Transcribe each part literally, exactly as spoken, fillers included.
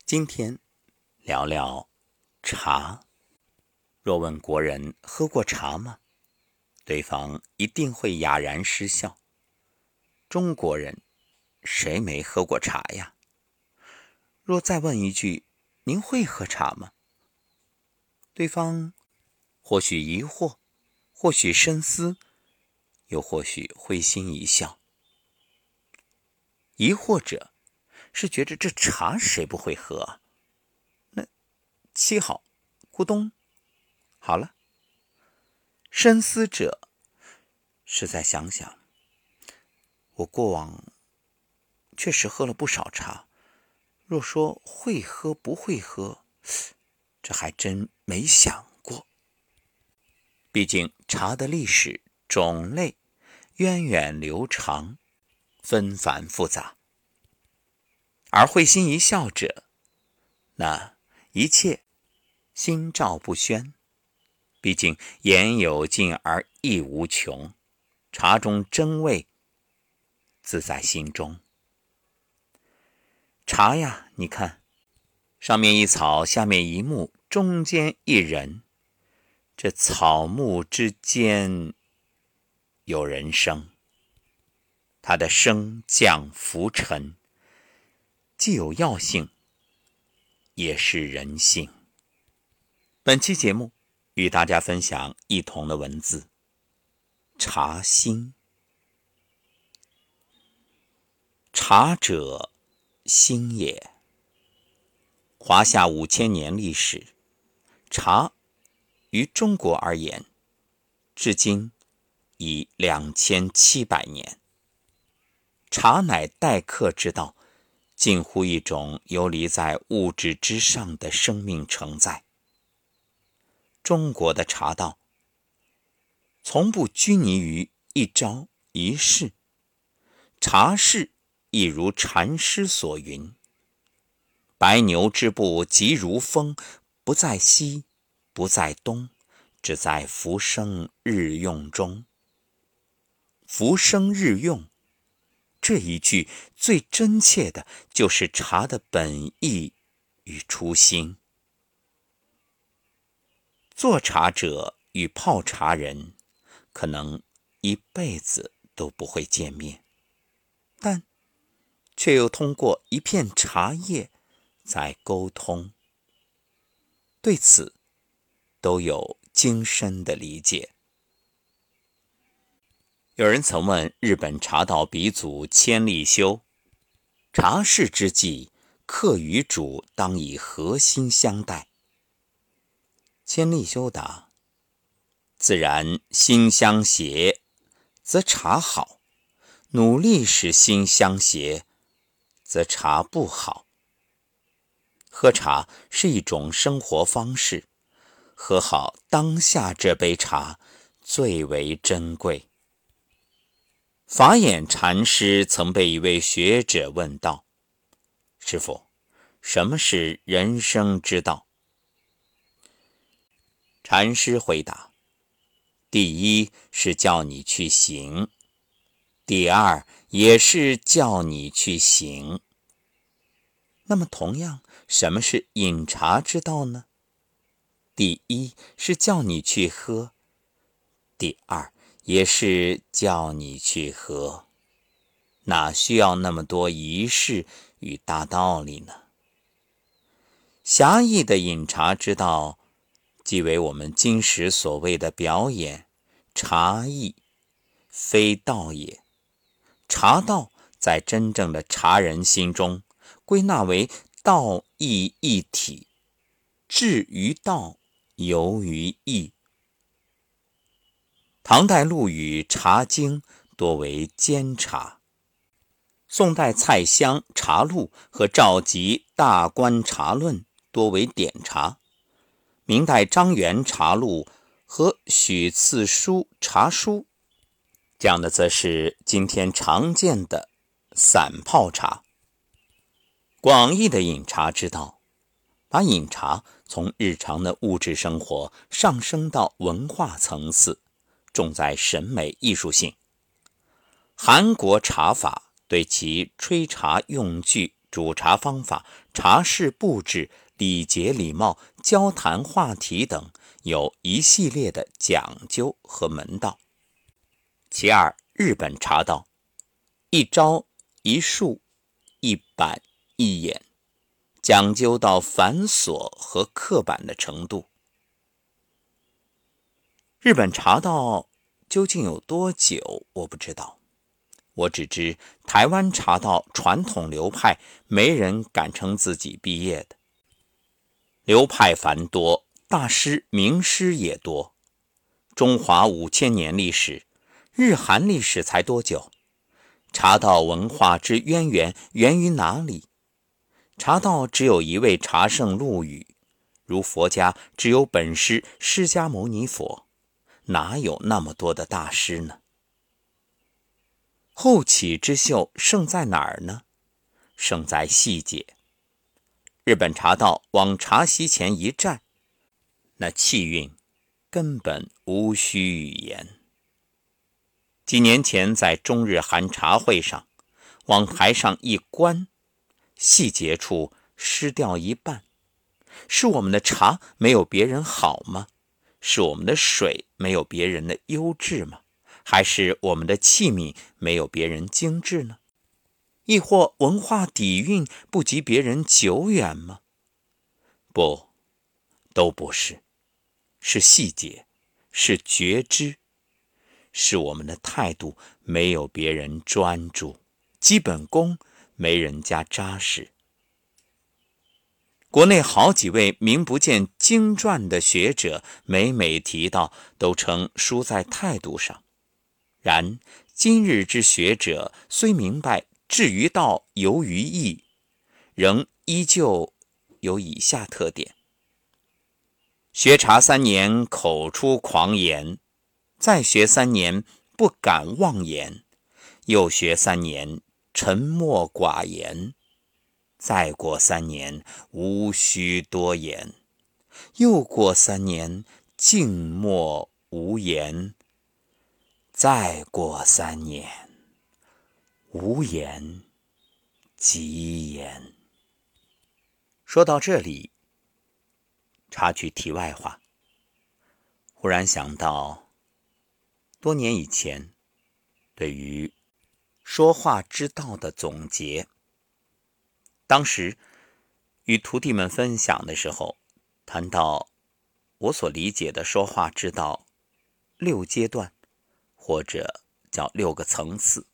今天聊聊茶。若问国人喝过茶吗？对方一定会哑然失笑。中国人谁没喝过茶呀？若再问一句，您会喝茶吗？对方或许疑惑，或许深思，又或许会心一笑。疑惑者是觉得这茶谁不会喝啊？那沏好咕咚好了。深思者是在想想，我过往确实喝了不少茶，若说会喝不会喝，这还真没想过。毕竟茶的历史种类源远流长，纷繁复杂。而会心一笑者，那一切心照不宣。毕竟言有尽而意无穷，茶中真味自在心中。茶呀，你看，上面一草，下面一木，中间一人，这草木之间有人生，它的升降浮沉既有药性，也是人性。本期节目与大家分享一同的文字，茶心。茶者心也。华夏五千年历史，茶于中国而言，至今已两千七百年。茶乃待客之道，近乎一种游离在物质之上的生命承载。中国的茶道从不拘泥于一朝一夕，茶事亦如禅师所云：白牛之步疾如风，不在西，不在东，只在浮生日用中。浮生日用，这一句最真切的就是茶的本意与初心。做茶者与泡茶人可能一辈子都不会见面，但却又通过一片茶叶在沟通，对此都有精深的理解。有人曾问日本茶道鼻祖千利休：茶事之际，客与主当以何心相待？千利休答：自然心相携，则茶好；努力使心相携，则茶不好。喝茶是一种生活方式，喝好当下这杯茶最为珍贵。法眼禅师曾被一位学者问道：师父，什么是人生之道？禅师回答：第一是叫你去行，第二也是叫你去行。那么同样，什么是饮茶之道呢？第一是叫你去喝，第二也是叫你去喝。哪需要那么多仪式与大道理呢？狭义的饮茶之道，即为我们今时所谓的表演、茶艺，非道也。茶道在真正的茶人心中，归纳为道义一体，至于道，游于艺。唐代陆羽《茶经》多为煎茶，宋代蔡襄《茶录》和赵佶《大观茶论》多为点茶，明代张元《茶录》和许次书《茶书》讲的则是今天常见的散泡茶。广义的饮茶之道，把饮茶从日常的物质生活上升到文化层次，重在审美艺术性。韩国茶法对其吹茶用具、煮茶方法、 茶室布置、礼节礼貌、交谈话题等有一系列的讲究和门道。其二，日本茶道，一招一术，一板一眼，讲究到繁琐和刻板的程度。日本茶道究竟有多久，我不知道。我只知台湾茶道传统流派没人敢称自己毕业的，流派繁多，大师名师也多。中华五千年历史，日韩历史才多久？茶道文化之渊源源于哪里？茶道只有一位茶圣陆羽，如佛家只有本师释迦牟尼佛，哪有那么多的大师呢？后起之秀胜在哪儿呢？胜在细节。日本茶道往茶席前一站，那气韵根本无需语言。几年前在中日韩茶会上，往台上一观，细节处失掉一半。是我们的茶没有别人好吗？是我们的水没有别人的优质吗？还是我们的器皿没有别人精致呢？亦或文化底蕴不及别人久远吗？不，都不是，是细节，是觉知，是我们的态度没有别人专注，基本功没人家扎实。国内好几位名不见经传的学者，每每提到，都称输在态度上。然今日之学者虽明白至于道由于义，仍依旧有以下特点：学茶三年口出狂言，再学三年不敢妄言，又学三年沉默寡言，再过三年无需多言，又过三年静默无言，再过三年无言即言。说到这里，插句题外话，忽然想到多年以前对于说话之道的总结。当时与徒弟们分享的时候，谈到我所理解的说话之道六阶段，或者叫六个层次。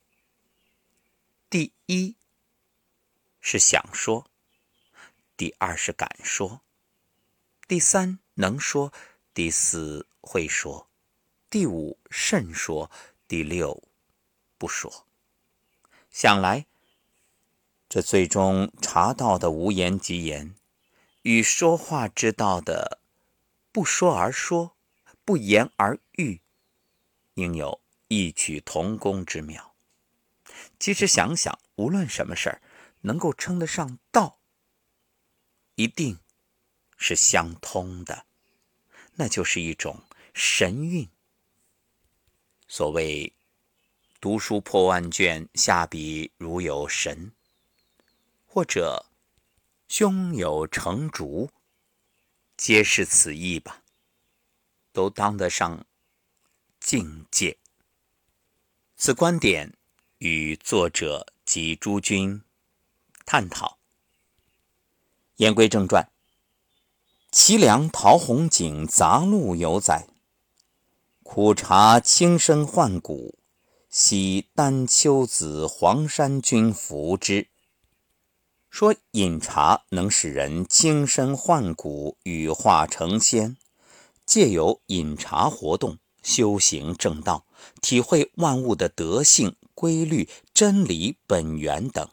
第一是想说，第二是敢说，第三能说，第四会说，第五慎说，第六不说。想来这最终茶道的无言即言，与说话之道的不说而说，不言而喻，应有异曲同工之妙。其实想想，无论什么事儿能够称得上道，一定是相通的，那就是一种神韵。所谓读书破万卷，下笔如有神，或者胸有成竹，皆是此意吧，都当得上境界。此观点与作者及诸君探讨。言归正传，凄凉陶弘景杂录有载，苦茶轻身患骨，昔丹丘子黄山君服之。说饮茶能使人轻身患骨，羽化成仙，借由饮茶活动修行正道，体会万物的德性、规律、真理、本源等。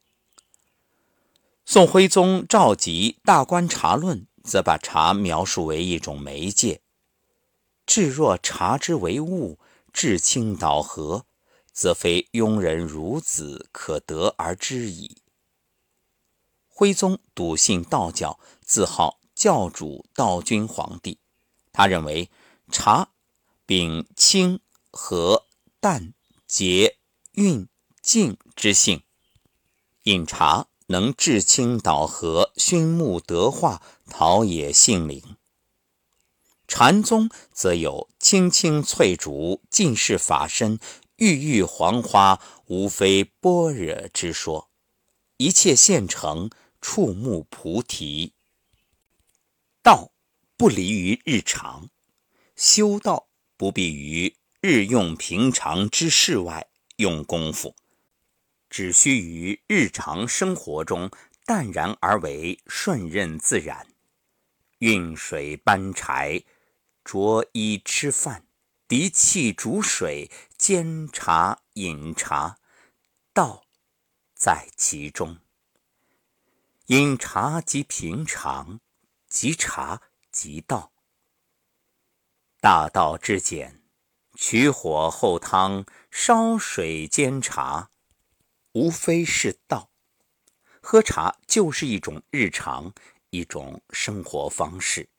宋徽宗赵佶《大观茶论》则把茶描述为一种媒介，至若茶之为物，至清蹈合，则非庸人孺子可得而知矣。徽宗笃信道教，自号教主道君皇帝。他认为茶秉清、和、淡、洁、韵、静之性，饮茶能至清导合，熏木德化，陶冶性灵。禅宗则有青青翠竹，尽是法身，郁郁黄花，无非般若之说，一切现成，触目菩提。道不离于日常，修道不必于日用平常之事外用功夫，只需于日常生活中淡然而为，顺任自然。运水搬柴，着衣吃饭，涤气煮水，煎茶饮茶，道在其中。饮茶即平常，即茶即道。大道至简，取火候汤，烧水煎茶，无非是道。喝茶就是一种日常，一种生活方式。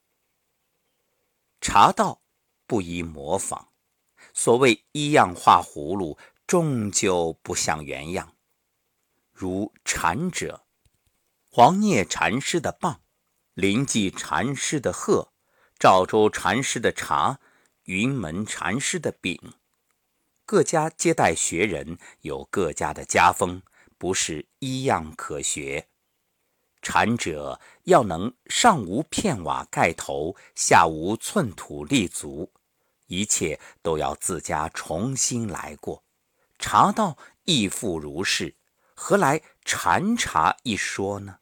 茶道不宜模仿，所谓一样画葫芦，终究不像原样。如禅者，黄聂禅师的棒，临济禅师的鹤，赵州禅师的茶，云门禅师的饼。各家接待学人，有各家的家风，不是一样可学。禅者要能上无片瓦盖头，下无寸土立足，一切都要自家重新来过。茶道亦复如是，何来禅茶一说呢？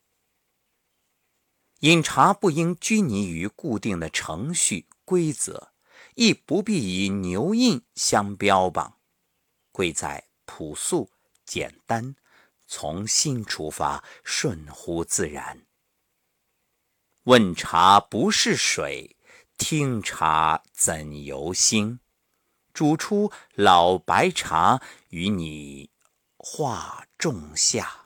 饮茶不应拘泥于固定的程序规则，亦不必以牛印相标榜，贵在朴素简单，从心出发，顺乎自然。问茶不是水，听茶怎由心？煮出老白茶，与你话仲夏。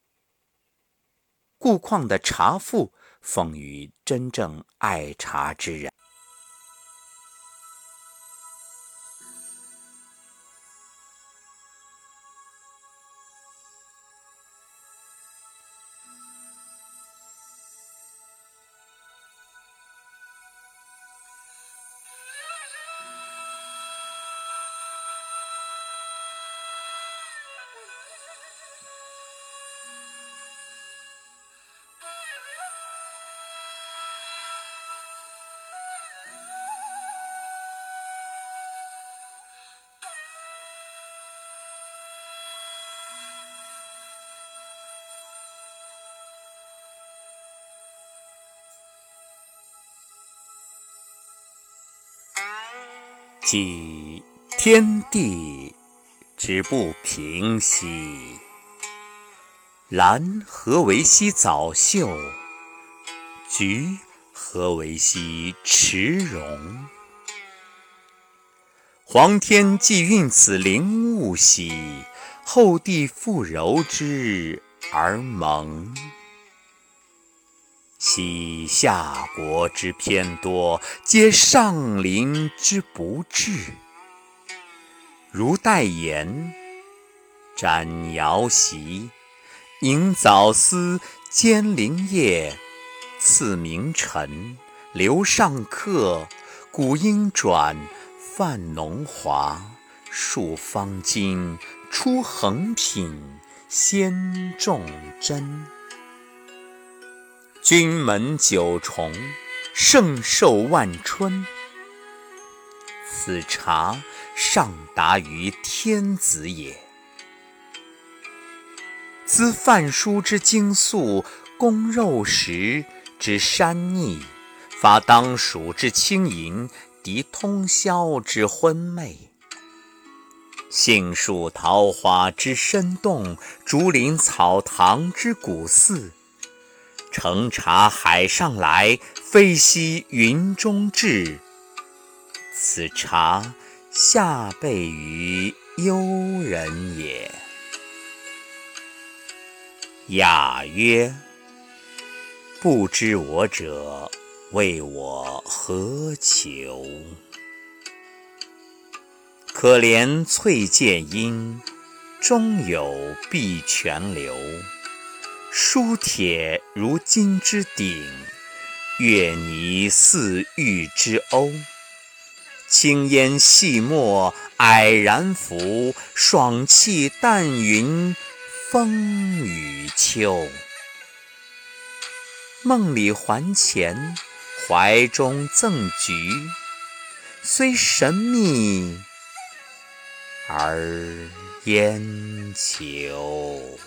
顾况的茶赋奉于真正爱茶之人。即天地之不平息，兰何为兮藻秀，菊何为兮池蓉。皇天既运此灵物兮，后地复柔之而萌。昔夏国之偏多，皆上林之不治。如代言，展瑶席，凝藻丝，兼灵液，赐名臣，留上客，古音转，泛浓华，树方巾，出横品，先众珍。君门九重，圣寿万春。此茶上达于天子也。兹饭书之精素，供肉食之山腻，发当属之轻盈，涤通宵之昏昧。杏树桃花之深动，竹林草堂之古寺。乘茶海上来，飞兮云中至。此茶下备于幽人也。雅曰：不知我者，谓我何求？可怜翠剑阴，终有碧泉流。 书帖如金之鼎，月泥似玉之瓯。轻烟细墨霭然浮，爽气淡云风雨秋。梦里还前，怀中赠菊，虽神秘而烟求。